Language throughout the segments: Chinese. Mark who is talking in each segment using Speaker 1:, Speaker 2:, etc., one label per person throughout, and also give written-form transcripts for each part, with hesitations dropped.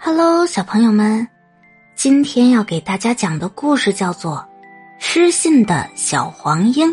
Speaker 1: Hello， 小朋友们，今天要给大家讲的故事叫做《失信的小黄莺》。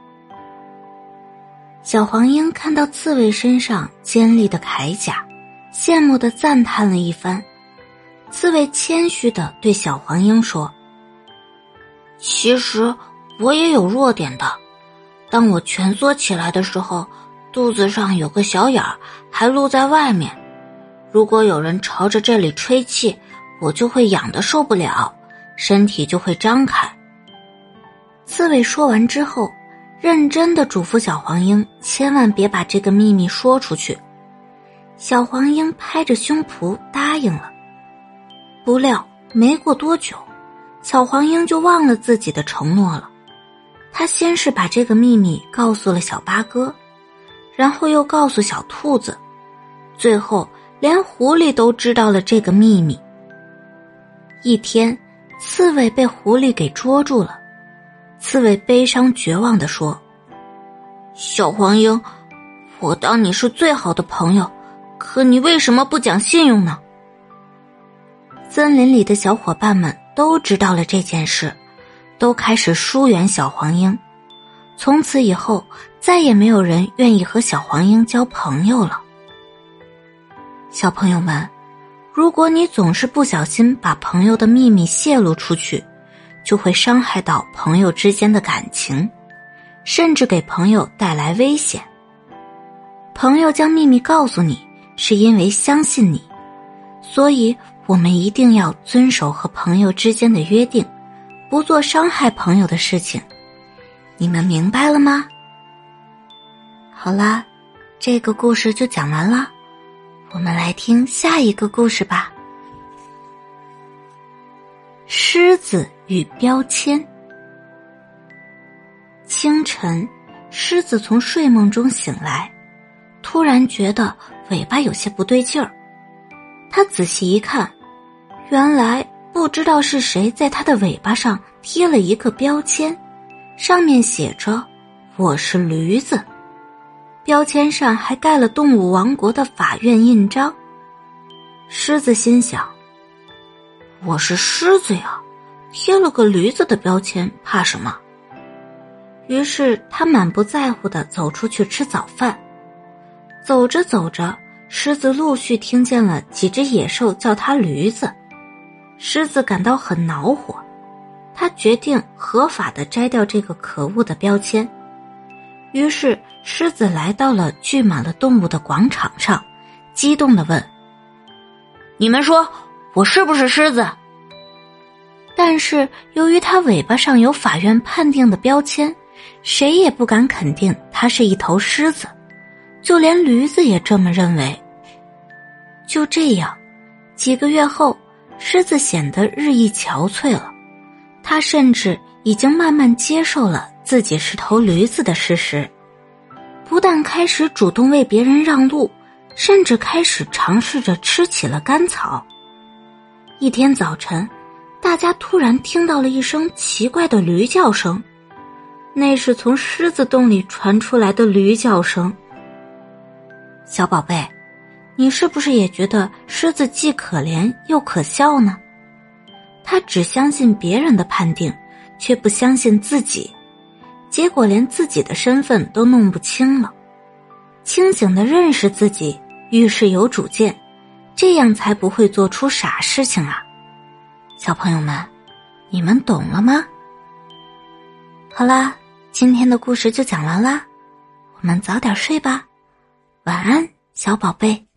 Speaker 1: 小黄莺看到刺猬身上尖利的铠甲，羡慕地赞叹了一番。刺猬谦虚地对小黄莺说：“其实我也有弱点的，当我蜷缩起来的时候，肚子上有个小眼儿，还露在外面。如果有人朝着这里吹气，我就会痒得受不了，身体就会张开。”刺猬说完之后，认真地嘱咐小黄莺千万别把这个秘密说出去。小黄莺拍着胸脯答应了。不料没过多久，小黄莺就忘了自己的承诺了。他先是把这个秘密告诉了小八哥，然后又告诉小兔子，最后连狐狸都知道了这个秘密。一天，刺猬被狐狸给捉住了。刺猬悲伤绝望地说：“小黄莺，我当你是最好的朋友，可你为什么不讲信用呢？”森林里的小伙伴们都知道了这件事，都开始疏远小黄莺。从此以后，再也没有人愿意和小黄莺交朋友了。小朋友们，如果你总是不小心把朋友的秘密泄露出去，就会伤害到朋友之间的感情，甚至给朋友带来危险。朋友将秘密告诉你，是因为相信你，所以我们一定要遵守和朋友之间的约定，不做伤害朋友的事情。你们明白了吗？好啦，这个故事就讲完了，我们来听下一个故事吧。狮子与标签。清晨，狮子从睡梦中醒来，突然觉得尾巴有些不对劲儿。他仔细一看，原来不知道是谁在他的尾巴上贴了一个标签，上面写着“我是驴子”，标签上还盖了动物王国的法院印章。狮子心想，我是狮子呀，贴了个驴子的标签，怕什么？于是他满不在乎地走出去吃早饭。走着走着，狮子陆续听见了几只野兽叫他驴子。狮子感到很恼火，他决定合法地摘掉这个可恶的标签。于是狮子来到了聚满了动物的广场上，激动地问：“你们说我是不是狮子？”但是由于它尾巴上有法院判定的标签，谁也不敢肯定它是一头狮子，就连驴子也这么认为。就这样，几个月后，狮子显得日益憔悴了，它甚至已经慢慢接受了自己是头驴子的事实，不但开始主动为别人让路，甚至开始尝试着吃起了干草。一天早晨，大家突然听到了一声奇怪的驴叫声，那是从狮子洞里传出来的驴叫声。小宝贝，你是不是也觉得狮子既可怜又可笑呢？他只相信别人的判定，却不相信自己，结果连自己的身份都弄不清了。清醒地认识自己，遇事有主见，这样才不会做出傻事情啊。小朋友们，你们懂了吗？好啦，今天的故事就讲完啦，我们早点睡吧，晚安，小宝贝。